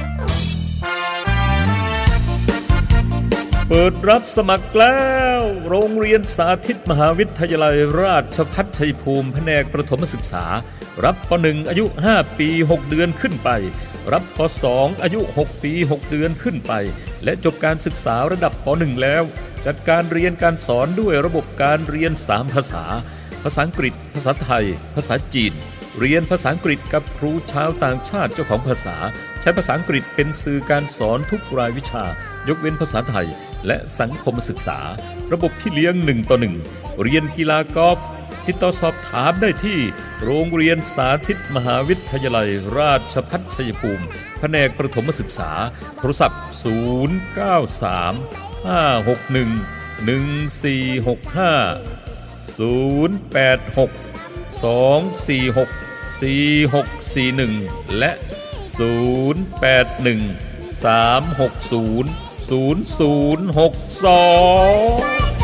เปิดรับสมัครแล้วโรงเรียนสาธิตมหาวิทยาลัยราชภัฏชัยภูมิแผนกประถมศึกษารับป หนึ่ง อายุห้าปีหกเดือนขึ้นไปรับป สอง อายุหกปีหกเดือนขึ้นไปและจบการศึกษาระดับป หนึ่ง แล้วจัดการเรียนการสอนด้วยระบบการเรียนสามภาษาภาษาอังกฤษภาษาไทยภาษาจีนเรียนภาษาอังกฤษกับครูชาวต่างชาติเจ้าของภาษาใช้ภาษาอังกฤษเป็นสื่อการสอนทุกรายวิชายกเว้นภาษาไทยและสังคมศึกษาระบบพี่เลี้ยงหนึ่งต่อหนึ่งเรียนกีฬากอล์ฟติดต่อสอบถามได้ที่โรงเรียนสาธิตมหาวิทยาลัยราชภัฏชัยภูมิแผนกประถมศึกษาโทรศัพท์ศูนย์ เก้า สาม ห้า หก หนึ่ง หนึ่ง สี่ หก ห้า ศูนย์ แปด หก สอง สี่ หก สี่ หก สี่ หนึ่งและศูนย์ แปด หนึ่ง สาม หก ศูนย์ ศูนย์ ศูนย์ หก สอง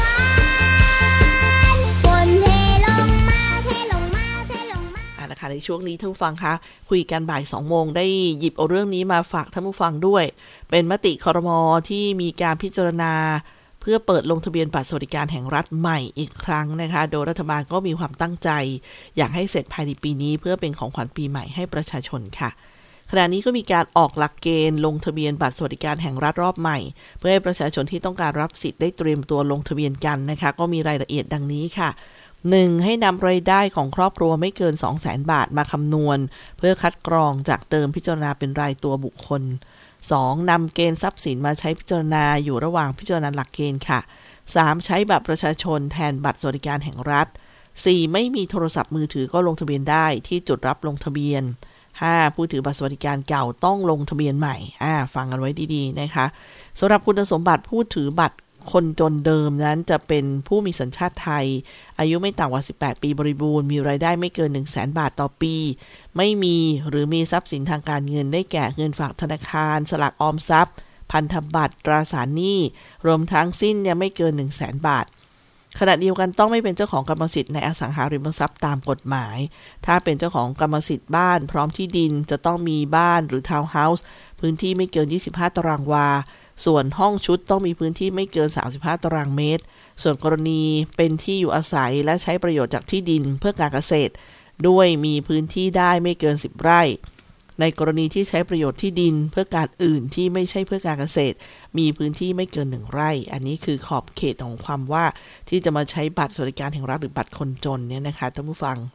ในช่วงนี้ท่านผู้ฟังคะคุยกันบ่ายสองโมงได้หยิบเอาเรื่องนี้มาฝากท่านผู้ฟังด้วยเป็นมติครม.ที่มีการพิจารณาเพื่อเปิดลงทะเบียนบัตรสวัสดิการแห่งรัฐใหม่อีกครั้งนะคะโดยรัฐบาลก็มีความตั้งใจอยากให้เสร็จภายในปีนี้เพื่อเป็นของขวัญปีใหม่ให้ประชาชนค่ะขณะนี้ก็มีการออกหลักเกณฑ์ลงทะเบียนบัตรสวัสดิการแห่งรัฐรอบใหม่เพื่อให้ประชาชนที่ต้องการรับสิทธิ์ได้เตรียมตัวลงทะเบียนกันนะคะก็มีรายละเอียดดังนี้ค่ะหนึ่งให้นำรายได้ของครอบครัวไม่เกิน สองแสน บาทมาคำนวณเพื่อคัดกรองจากเดิมพิจารณาเป็นรายตัวบุคคลสองนำเกณฑ์ทรัพย์สินมาใช้พิจารณาอยู่ระหว่างพิจารณาหลักเกณฑ์ค่ะสามใช้บัตรประชาชนแทนบัตรสวัสดิการแห่งรัฐสี่ไม่มีโทรศัพท์มือถือก็ลงทะเบียนได้ที่จุดรับลงทะเบียนห้าผู้ถือบัตรสวัสดิการเก่าต้องลงทะเบียนใหม่อ่าฟังกันไว้ดีๆนะคะสำหรับคุณสมบัติผู้ถือบัตรคนจนเดิมนั้นจะเป็นผู้มีสัญชาติไทยอายุไม่ต่ำกว่าสิบแปดปีบริบูรณ์มีรายได้ไม่เกิน หนึ่งแสน บาทต่อปีไม่มีหรือมีทรัพย์สินทางการเงินได้แก่เงินฝากธนาคารสลากออมทรัพย์พันธบัตรตราสารหนี้รวมทั้งสิ้นเนี่ยไม่เกิน หนึ่งแสน บาทขณะเดียวกันต้องไม่เป็นเจ้าของกรรมสิทธิ์ในอสังหาริมทรัพย์ตามกฎหมายถ้าเป็นเจ้าของกรรมสิทธิ์บ้านพร้อมที่ดินจะต้องมีบ้านหรือทาวน์เฮาส์พื้นที่ไม่เกินยี่สิบห้าตารางวาส่วนห้องชุดต้องมีพื้นที่ไม่เกินสามสิบห้าตารางเมตรส่วนกรณีเป็นที่อยู่อาศัยและใช้ประโยชน์จากที่ดินเพื่อการเกษตรด้วยมีพื้นที่ได้ไม่เกินสิบไร่ในกรณีที่ใช้ประโยชน์ที่ดินเพื่อการอื่นที่ไม่ใช่เพื่อการเกษตรมีพื้นที่ไม่เกินหนึ่งไร่อันนี้คือขอบเขตของความว่าที่จะมาใช้บัตรสวัสดิการแห่งรัฐหรือบัตรคนจนเนี่ยนะคะท่านผู้ฟัง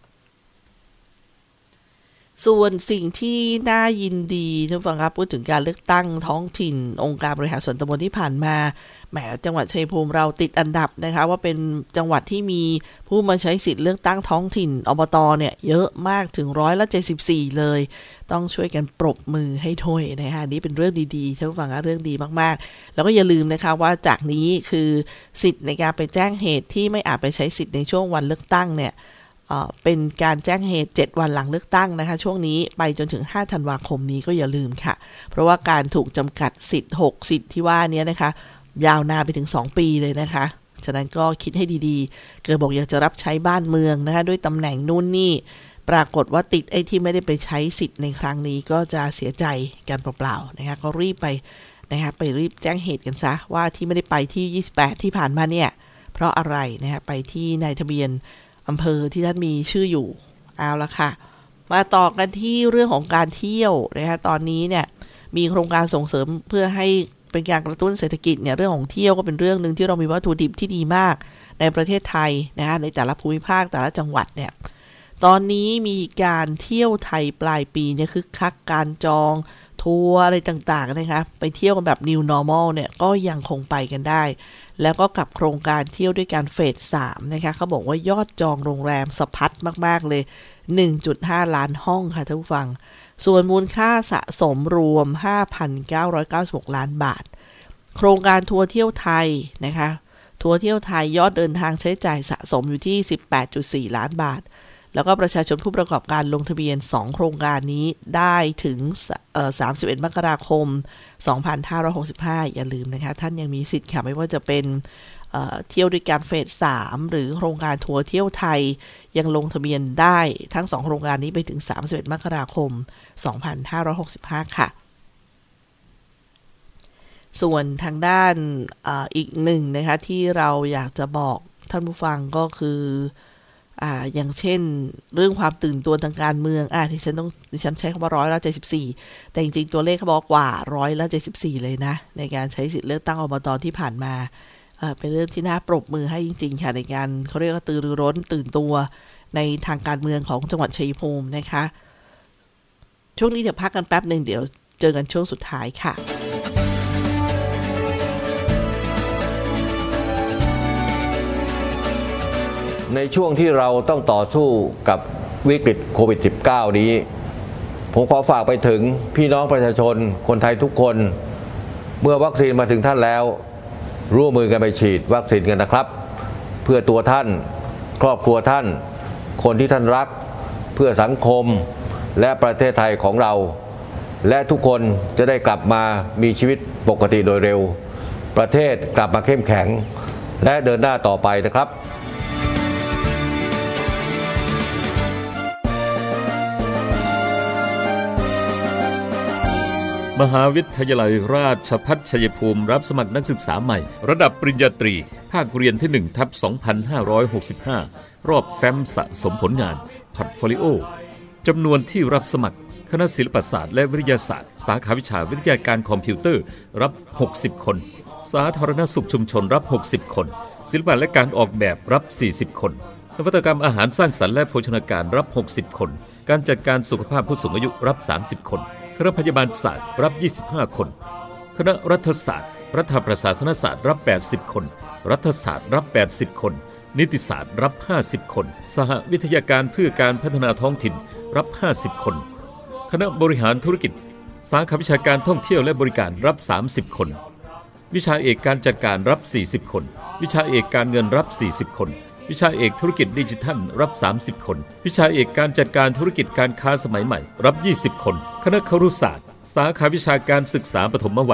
ส่วนสิ่งที่น่ายินดีท่านผู้ฟังครับพูดถึงการเลือกตั้งท้องถิ่นองค์การบริหารส่วนตำบลที่ผ่านมาแหมจังหวัดชัยภูมิเราติดอันดับนะคะว่าเป็นจังหวัดที่มีผู้มาใช้สิทธิ์เลือกตั้งท้องถิ่นอบตเนี่ยเยอะมากถึงร้อยละเจ็ดสิบสี่เลยต้องช่วยกันปรบมือให้ถ้วยนะคะนี่เป็นเรื่องดีๆท่านผู้ฟังเรื่องดีมากๆแล้วก็อย่าลืมนะคะว่าจากนี้คือสิทธิ์ในการไปแจ้งเหตุที่ไม่อาจไปใช้สิทธิ์ในช่วงวันเลือกตั้งเนี่ยเป็นการแจ้งเหตุเจ็ดวันหลังเลือกตั้งนะคะช่วงนี้ไปจนถึงห้าธันวาคมนี้ก็อย่าลืมค่ะเพราะว่าการถูกจำกัดสิทธิ์หกสิทธิ์ที่ว่านี้นะคะยาวนานไปถึงสองปีเลยนะคะฉะนั้นก็คิดให้ดีๆเกิดบอกอยากจะรับใช้บ้านเมืองนะคะด้วยตำแหน่งนู่นนี่ปรากฏว่าติดไอ้ที่ไม่ได้ไปใช้สิทธิ์ในครั้งนี้ก็จะเสียใจกันเปล่าๆนะคะก็รีบไปนะคะไปรีบแจ้งเหตุกันซะว่าที่ไม่ได้ไปที่ยี่สิบแปดที่ผ่านมาเนี่ยเพราะอะไรนะคะไปที่นายทะเบียนอำเภอที่ท่านมีชื่ออยู่เอาละค่ะมาต่อกันที่เรื่องของการเที่ยวนะคะตอนนี้เนี่ยมีโครงการส่งเสริมเพื่อให้เป็นการกระตุ้นเศรษฐกิจเนี่ยเรื่องของเที่ยวก็เป็นเรื่องนึงที่เรามีวัตถุดิบที่ดีมากในประเทศไทยนะคะในแต่ละภูมิภาคแต่ละจังหวัดเนี่ยตอนนี้มีการเที่ยวไทยปลายปีเนี่ยคึกคักการจองทัวร์อะไรต่างๆนะคะไปเที่ยวกันแบบ New Normal เนี่ยก็ยังคงไปกันได้แล้วก็กับโครงการเที่ยวด้วยการเฟสสามนะคะเขาบอกว่ายอดจองโรงแรมสะพัดมากๆเลย หนึ่งจุดห้า ล้านห้องค่ะท่านผู้ฟังส่วนมูลค่าสะสมรวม ห้าพันเก้าร้อยเก้าสิบหก ล้านบาทโครงการทัวร์เที่ยวไทยนะคะทัวร์เที่ยวไทยยอดเดินทางใช้จ่ายสะสมอยู่ที่ สิบแปดจุดสี่ ล้านบาทแล้วก็ประชาชนผู้ประกอบการลงทะเบียนสองโครงการนี้ได้ถึงเอ่อสามสิบเอ็ดมกราคมสองพันห้าร้อยหกสิบห้าอย่าลืมนะคะท่านยังมีสิทธิ์ค่ะไม่ว่าจะเป็นเอ่อเที่ยวด้วยการเฟสสามหรือโครงการทัวร์เที่ยวไทยยังลงทะเบียนได้ทั้งสองโครงการนี้ไปถึงสามสิบเอ็ดมกราคมสองพันห้าร้อยหกสิบห้าค่ะส่วนทางด้าน อ, อีกหนึ่งนะคะที่เราอยากจะบอกท่านผู้ฟังก็คืออ่าอย่างเช่นเรื่องความตื่นตัวทางการเมืองอ่าที่ฉันต้องดิฉันใช้คำว่าร้อยละเจ็ดสิบสี่แต่จริงๆตัวเลขเขาบอกกว่าร้อยละเจ็ดสิบสี่เลยนะในการใช้สิทธิ์เลือกตั้งอบตที่ผ่านมาอ่าเป็นเรื่องที่น่าปรบมือให้จริงๆค่ะในการเขาเรียกว่าตื่นรือร้นตื่นตัวในทางการเมืองของจังหวัดชัยภูมินะคะช่วงนี้เดี๋ยวพักกันแป๊บนึงเดี๋ยวเจอกันช่วงสุดท้ายค่ะในช่วงที่เราต้องต่อสู้กับวิกฤตโควิด สิบเก้า นี้ผมขอฝากไปถึงพี่น้องประชาชนคนไทยทุกคนเมื่อวัคซีนมาถึงท่านแล้วร่วมมือกันไปฉีดวัคซีนกันนะครับเพื่อตัวท่านครอบครัวท่านคนที่ท่านรักเพื่อสังคมและประเทศไทยของเราและทุกคนจะได้กลับมามีชีวิตปกติโดยเร็วประเทศกลับมาเข้มแข็งและเดินหน้าต่อไปนะครับมหาวิทยาลัยราชภัฏชัยภูมิรับสมัครนักศึกษาใหม่ระดับปริญญาตรีภาคเรียนที่ หนึ่งทับสองพันห้าร้อยหกสิบห้า รอบแฟ้มสะสมผลงานพอร์ตโฟลิโอจำนวนที่รับสมัครคณะศิลปศาสตร์และวิทยาศาสตร์สาขาวิชาวิทยาการคอมพิวเตอร์รับหกสิบคนสาธารณสุขชุมชนรับหกสิบคนศิลปะและการออกแบบรับสี่สิบคนนวัตกรรมอาหารสร้างสรรค์และโภชนาการรับหกสิบคนการจัดการสุขภาพผู้สูงอายุรับสามสิบคนคณะพยาบาลศาสตร์รับยี่สิบห้าคนคณะรัฐศาสตร์รัฐประศาสนศาสตร์รับแปดสิบคนรัฐศาสตร์รับแปดสิบคนนิติศาสตร์รับห้าสิบคนสหวิทยาการเพื่อการพัฒนาท้องถิ่นรับห้าสิบคนคณะบริหารธุรกิจสาขาวิชาการท่องเที่ยวและบริการรับสามสิบคนวิชาเอกการจัดการรับสี่สิบคนวิชาเอกการเงินรับสี่สิบคนวิชาเอกธุรกิจดิจิทัลรับสามสิบคนวิชาเอกการจัดการธุรกิจการค้าสมัยใหม่รับยี่สิบคนคณะครุศาสตร์สาขาวิชาการศึกษาปฐมวัย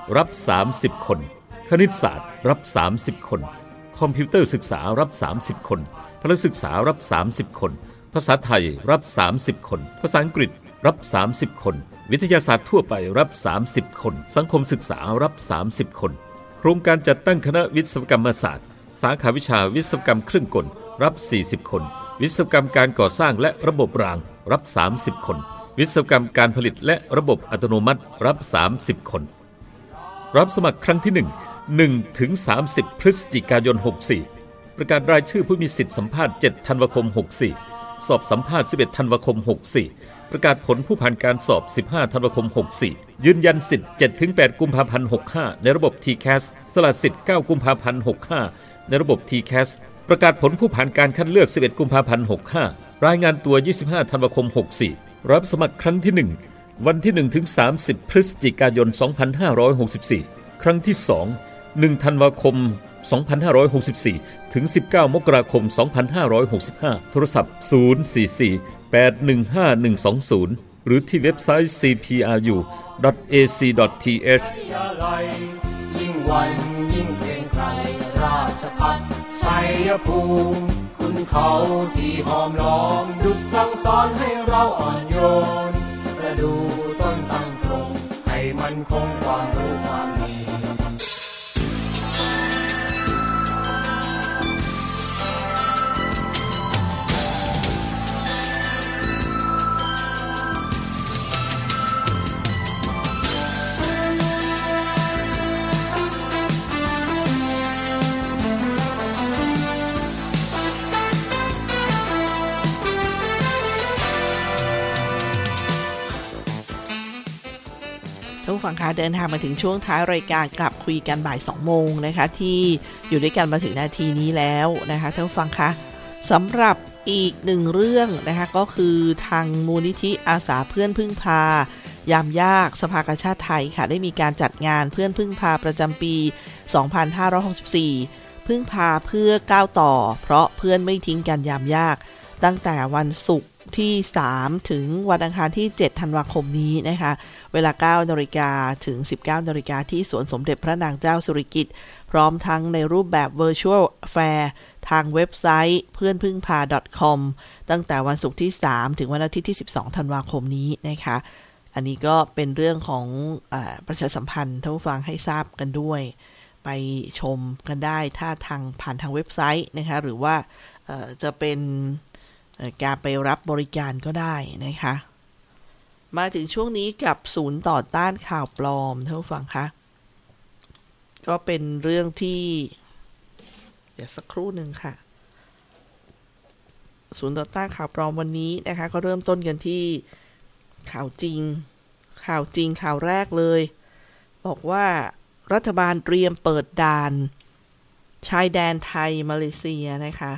รับสามสิบคนคณิตศาสตร์รับสามสิบคนคอมพิวเตอร์ศึกษารับสามสิบคนพละศึกษารับสามสิบคนภาษาไทยรับสามสิบคนภาษาอังกฤษรับสามสิบคนวิทยาศาสตร์ทั่วไปรับสามสิบคนสังคมศึกษารับสามสิบคนโครงการจัดตั้งคณะวิศวกรรมศาสตร์สาขาวิชาวิศวกรรมเครื่องกลรับสี่สิบคนวิศวกรรมการก่อสร้างและระบบรางรับสามสิบคนวิศวกรรมการผลิตและระบบอัตโนมัติรับสามสิบคนรับสมัครครั้งที่หนึ่ง หนึ่งถึงสามสิบพฤศจิกายนหกสี่ประกาศรายชื่อผู้มีสิทธิสัมภาษณ์เจ็ดธันวาคมหกสี่สอบสัมภาษณ์สิบเอ็ดธันวาคมหกสี่ประกาศผลผู้ผ่านการสอบสิบห้าธันวาคมหกสี่ยืนยันสิทธิ์ เจ็ดถึงแปด กุมภาพันธ์หกห้าในระบบ ที แคส สละสิทธิ์เก้ากุมภาพันธ์หกห้าในระบบ ที แคส ประกาศผลผู้ผ่านการคัดเลือกสิบเอ็ดกุมภาพันธ์หกห้ารายงานตัวยี่สิบห้าธันวาคมหกสี่รับสมัครครั้งที่หนึ่งวันที่หนึ่งถึงสามสิบพฤศจิกายนสองพันห้าร้อยหกสิบสี่ครั้งที่สอง หนึ่งธันวาคมสองพันห้าร้อยหกสิบสี่ถึงสิบเก้ามกราคมสองพันห้าร้อยหกสิบห้าโทรศัพท์ศูนย์ สี่ สี่ แปด หนึ่ง ห้า หนึ่ง สอง ศูนย์หรือที่เว็บไซต์ ซี พี อาร์ ยู ดอท เอ ซี ดอท ที เอชยิ่งวันยิ่งเกรงไกรราชภัฏชัยภูมิคุณเขาที่หอมล้อมดุจสั่งสอนให้เราอ่อนโยนประดูต้นตั้งตรงให้มันคงความรู้ความดีผู้ฟังคะเดินทางมาถึงช่วงท้ายรายการกลับคุยกันบ่ายสองโมงนะคะที่อยู่ด้วยกันมาถึงนาทีนี้แล้วนะคะท่านผู้ฟังคะสำหรับอีกหนึ่งเรื่องนะคะก็คือทางมูลนิธิอาสาเพื่อนพึ่งพายามยากสภากาชาติไทยค่ะได้มีการจัดงานเพื่อนพึ่งพาประจำปีสองพันห้าร้อยหกสิบสี่พึ่งพาเพื่อก้าวต่อเพราะเพื่อนไม่ทิ้งกันยามยากตั้งแต่วันศุกร์ที่สามถึงวันอังคารที่เจ็ดธันวาคมนี้นะคะเวลา เก้านาฬิกา ถึง สิบเก้านาฬิกาที่สวนสมเด็จพระนางเจ้าสิริกิติ์พร้อมทั้งในรูปแบบ Virtual Fair ทางเว็บไซต์เพื่อนพึ่งพา .com ตั้งแต่วันศุกร์ที่สามถึงวันอาทิตย์ที่สิบสองธันวาคมนี้นะคะอันนี้ก็เป็นเรื่องของเอ่อประชาสัมพันธ์ท่านผู้ฟังให้ทราบกันด้วยไปชมกันได้ถ้าทางผ่านทางเว็บไซต์นะคะหรือว่าเอ่อจะเป็นการไปรับบริการก็ได้นะคะมาถึงช่วงนี้กับศูนย์ต่อต้านข่าวปลอมท่านผู้ฟังคะก็เป็นเรื่องที่เดี๋ยวสักครู่หนึ่งค่ะศูนย์ต่อต้านข่าวปลอมวันนี้นะคะก็เริ่มต้นกันที่ข่าวจริงข่าวจริงข่าวแรกเลยบอกว่ารัฐบาลเตรียมเปิดด่านชายแดนไทยมาเลเซียนะคะ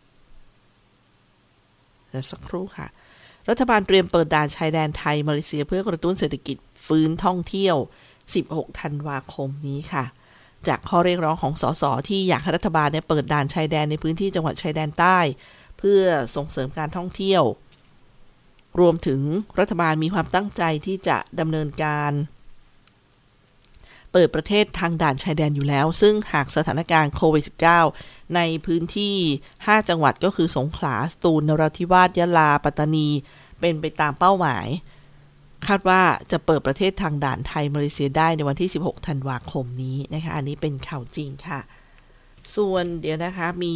เดี๋ยวสักครู่ค่ะรัฐบาลเตรียมเปิดด่านชายแดนไทยมาเลเซียเพื่อกระตุ้นเศรษฐกิจฟื้นท่องเที่ยวสิบหกธันวาคมนี้ค่ะจากข้อเรียกร้องของสสที่อยากให้รัฐบาลเนี่ยเปิดด่านชายแดนในพื้นที่จังหวัดชายแดนใต้เพื่อส่งเสริมการท่องเที่ยวรวมถึงรัฐบาลมีความตั้งใจที่จะดำเนินการเปิดประเทศทางด่านชายแดนอยู่แล้วซึ่งหากสถานการณ์โควิด สิบเก้า ในพื้นที่ห้าจังหวัดก็คือสงขลาสตูลนราธิวาสยะลาปัตตานีเป็นไปตามเป้าหมายคาดว่าจะเปิดประเทศทางด่านไทยมาเลเซียได้ในวันที่สิบหกธันวาคมนี้นะคะอันนี้เป็นข่าวจริงค่ะส่วนเดี๋ยวนะคะมี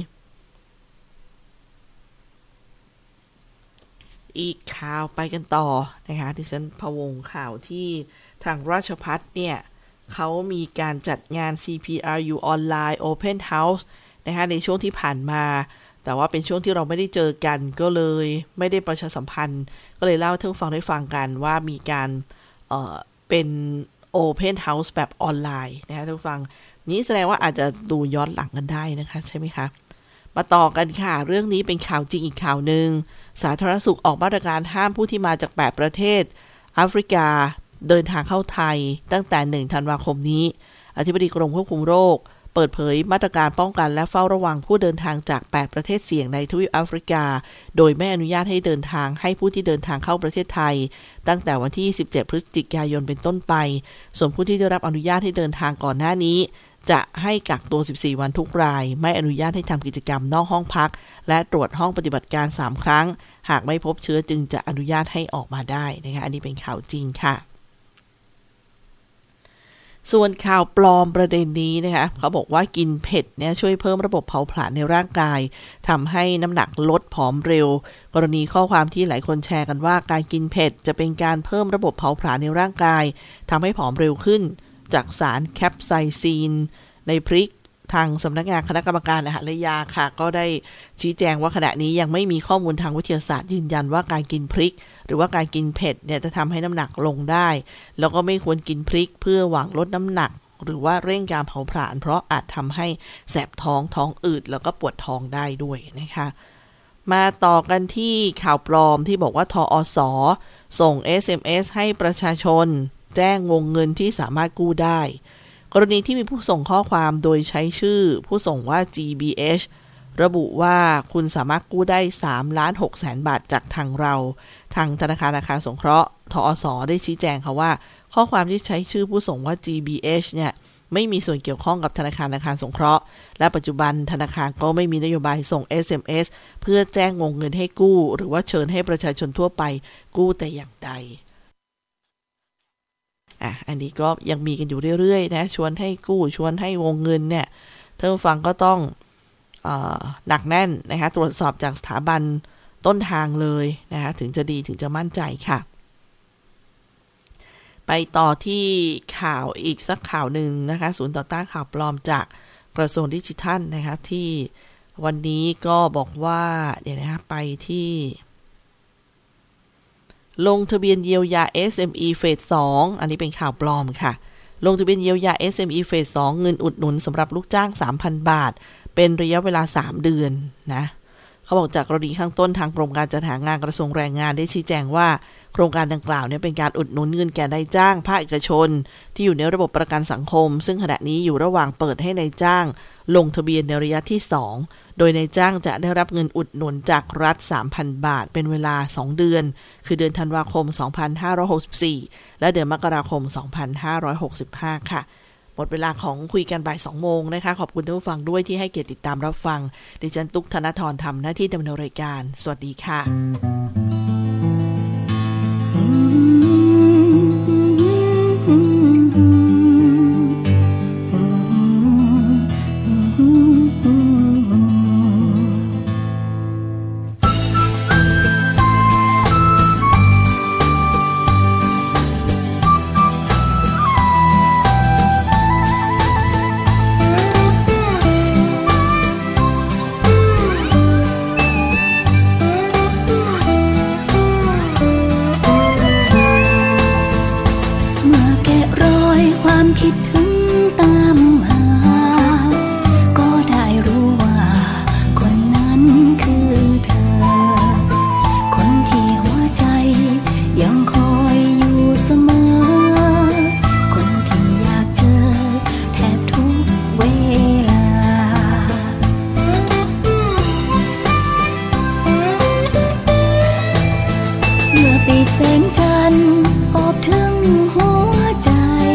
อีกข่าวไปกันต่อนะคะดิฉันพะวงข่าวที่ทางราชภัฏเนี่ยเขามีการจัดงาน ซี พี อาร์ ยู Online Open House นะคะในช่วงที่ผ่านมาแต่ว่าเป็นช่วงที่เราไม่ได้เจอกันก็เลยไม่ได้ประชาสัมพันธ์ก็เลยเล่าให้ท่านฟังได้ฟังกันว่ามีการเอ่อเป็น Open House แบบออนไลน์นะคะท่านฟังนี้แสดงว่าอาจจะดูย้อนหลังกันได้นะคะใช่ไหมคะมาต่อกันค่ะเรื่องนี้เป็นข่าวจริงอีกข่าวหนึ่งสาธารณสุขออกมาตรการห้ามผู้ที่มาจากแปดประเทศแอฟริกาเดินทางเข้าไทยตั้งแต่หนึ่งธันวาคมนี้อธิบดีกรมควบคุมโรคเปิดเผยมาตรการป้องกันและเฝ้าระวังผู้เดินทางจากแปดประเทศเสี่ยงในทวีปแอฟริกาโดยไม่อนุญาตให้เดินทางให้ผู้ที่เดินทางเข้าประเทศไทยตั้งแต่วันที่สิบเจ็ดพฤศจิกายนเป็นต้นไปส่วนผู้ที่ได้รับอนุญาตให้เดินทางก่อนหน้านี้จะให้กักตัวสิบสี่วันทุกรายไม่อนุญาตให้ทำกิจกรรมนอกห้องพักและตรวจห้องปฏิบัติการสามครั้งหากไม่พบเชื้อจึงจะอนุญาตให้ออกมาได้นะคะอันนี้เป็นข่าวจริงค่ะส่วนข่าวปลอมประเด็นนี้นะคะเขาบอกว่ากินเผ็ดเนี่ยช่วยเพิ่มระบบเผาผลาญในร่างกายทำให้น้ำหนักลดผอมเร็วกรณีข้อความที่หลายคนแชร์กันว่าการกินเผ็ดจะเป็นการเพิ่มระบบเผาผลาญในร่างกายทำให้ผอมเร็วขึ้นจากสารแคปไซซีนในพริกทางสำนักงานคณะกรรมการอาหารและยาค่ะก็ได้ชี้แจงว่าขณะนี้ยังไม่มีข้อมูลทางวิทยาศาสตร์ยืนยันว่าการกินพริกหรือว่าการกินเผ็ดเนี่ยจะทำให้น้ำหนักลงได้แล้วก็ไม่ควรกินพริกเพื่อหวังลดน้ำหนักหรือว่าเร่งการเผาผลาญเพราะอาจทำให้แสบท้องท้องอืดแล้วก็ปวดท้องได้ด้วยนะคะมาต่อกันที่ข่าวปลอมที่บอกว่าทอส.ส่ง เอส เอ็ม เอส ให้ประชาชนแจ้งวงเงินที่สามารถกู้ได้กรณีที่มีผู้ส่งข้อความโดยใช้ชื่อผู้ส่งว่า จี บี เอช ระบุว่าคุณสามารถกู้ได้สามล้านหกแสนบาทจากทางเราทางธนาคารอาคารสงเคราะห์ทอส.ได้ชี้แจงค่ะว่าข้อความที่ใช้ชื่อผู้ส่งว่า จี บี เอช เนี่ยไม่มีส่วนเกี่ยวข้องกับธนาคารอาคารสงเคราะห์และปัจจุบันธนาคารก็ไม่มีนโยบายส่ง เอส เอ็ม เอส เพื่อแจ้งวงเงินให้กู้หรือว่าเชิญให้ประชาชนทั่วไปกู้แต่อย่างใดอ่ะอันนี้ก็ยังมีกันอยู่เรื่อยๆนะชวนให้กู้ชวนให้วงเงินเนี่ยท่านผู้ฟังก็ต้องเอ่อหนักแน่นนะคะตรวจสอบจากสถาบันต้นทางเลยนะคะถึงจะดีถึงจะมั่นใจค่ะไปต่อที่ข่าวอีกสักข่าวหนึ่งนะคะศูนย์ต่อต้านข่าวปลอมจากกระทรวงดิจิทัลนะคะที่วันนี้ก็บอกว่าเดี๋ยวนะคะไปที่ลงทะเบียนเยียวยา เอส เอ็ม อี เฟส สอง อันนี้เป็นข่าวปลอมค่ะลงทะเบียนเยียวยา เอส เอ็ม อี เฟส สอง เงินอุดหนุนสำหรับลูกจ้าง สามพัน บาทเป็นระยะเวลาสามเดือนนะเขาบอกจากกรณีข้างต้นทางกรมการจัดหางานกระทรวงแรงงานได้ชี้แจงว่าโครงการดังกล่าวเนี่ยเป็นการอุดหนุนเงินแก่นายจ้างภาคเอกชนที่อยู่ในระบบประกันสังคมซึ่งขณะนี้อยู่ระหว่างเปิดให้นายจ้างลงทะเบียนในระยะที่สองโดยนายจ้างจะได้รับเงินอุดหนุนจากรัฐ สามพัน บาทเป็นเวลาสองเดือนคือเดือนธันวาคมสองพันห้าร้อยหกสิบสี่และเดือนมกราคมสองพันห้าร้อยหกสิบห้าค่ะหมดเวลาของคุยกันบ่ายสองโมงนะคะขอบคุณท่านผู้ฟังด้วยที่ให้เกียรติติดตามรับฟังดิฉันตุ๊กธนธรทำหน้าที่ดำเนินรายการสวัสดีค่ะคิดถึงตามหาก็ได้รู้ว่าคนนั้นคือเธอคนที่หัวใจยังคอยอยู่เสมอคนที่อยากเจอแทบทุกเวลาเมื่อปีกแสงจันทร์อบถึงหัวใจ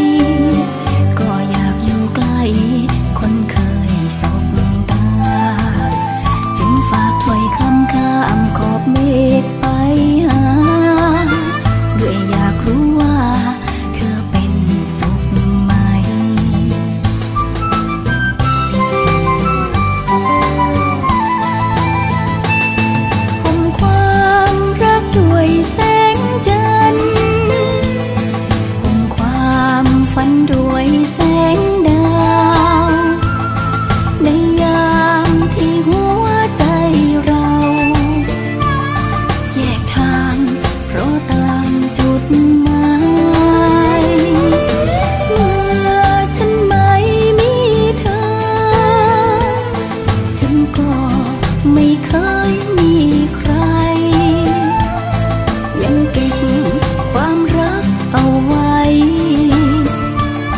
คนเคยสบตาจึงฝากถ้อยคำข้ามขอบเมฆไปหาด้วยอยากรู้ว่าเธอเป็นสุขไหมคงความรักด้วยแสงจันทร์คงความฝันด้วยแสงดาวในยามที่หัวใจเราแยกทางเพราะต่างจุดหมายเมื่อฉันไม่มีเธอฉันก็ไม่เคยมีใครยังเก็บความรักเอาไว้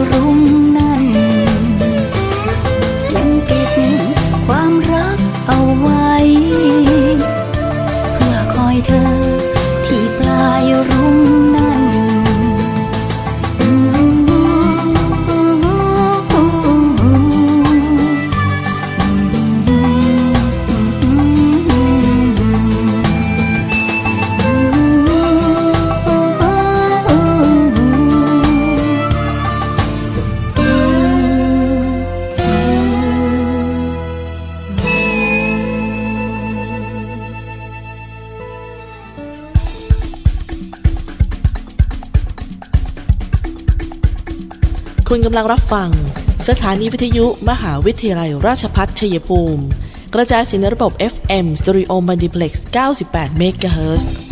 รุ่งนั้นยังเก็บความรักเอาไว้เพื่อคอยเธอที่ปลายรุ่งนั้นคุณกำลังรับฟังสถานีวิทยุมหาวิทยาลัยราชภัฏชัยภูมิกระจายเสียงในระบบ เอฟ เอ็ม Stereo Multiplex เก้าสิบแปด เมกะเฮิรตซ์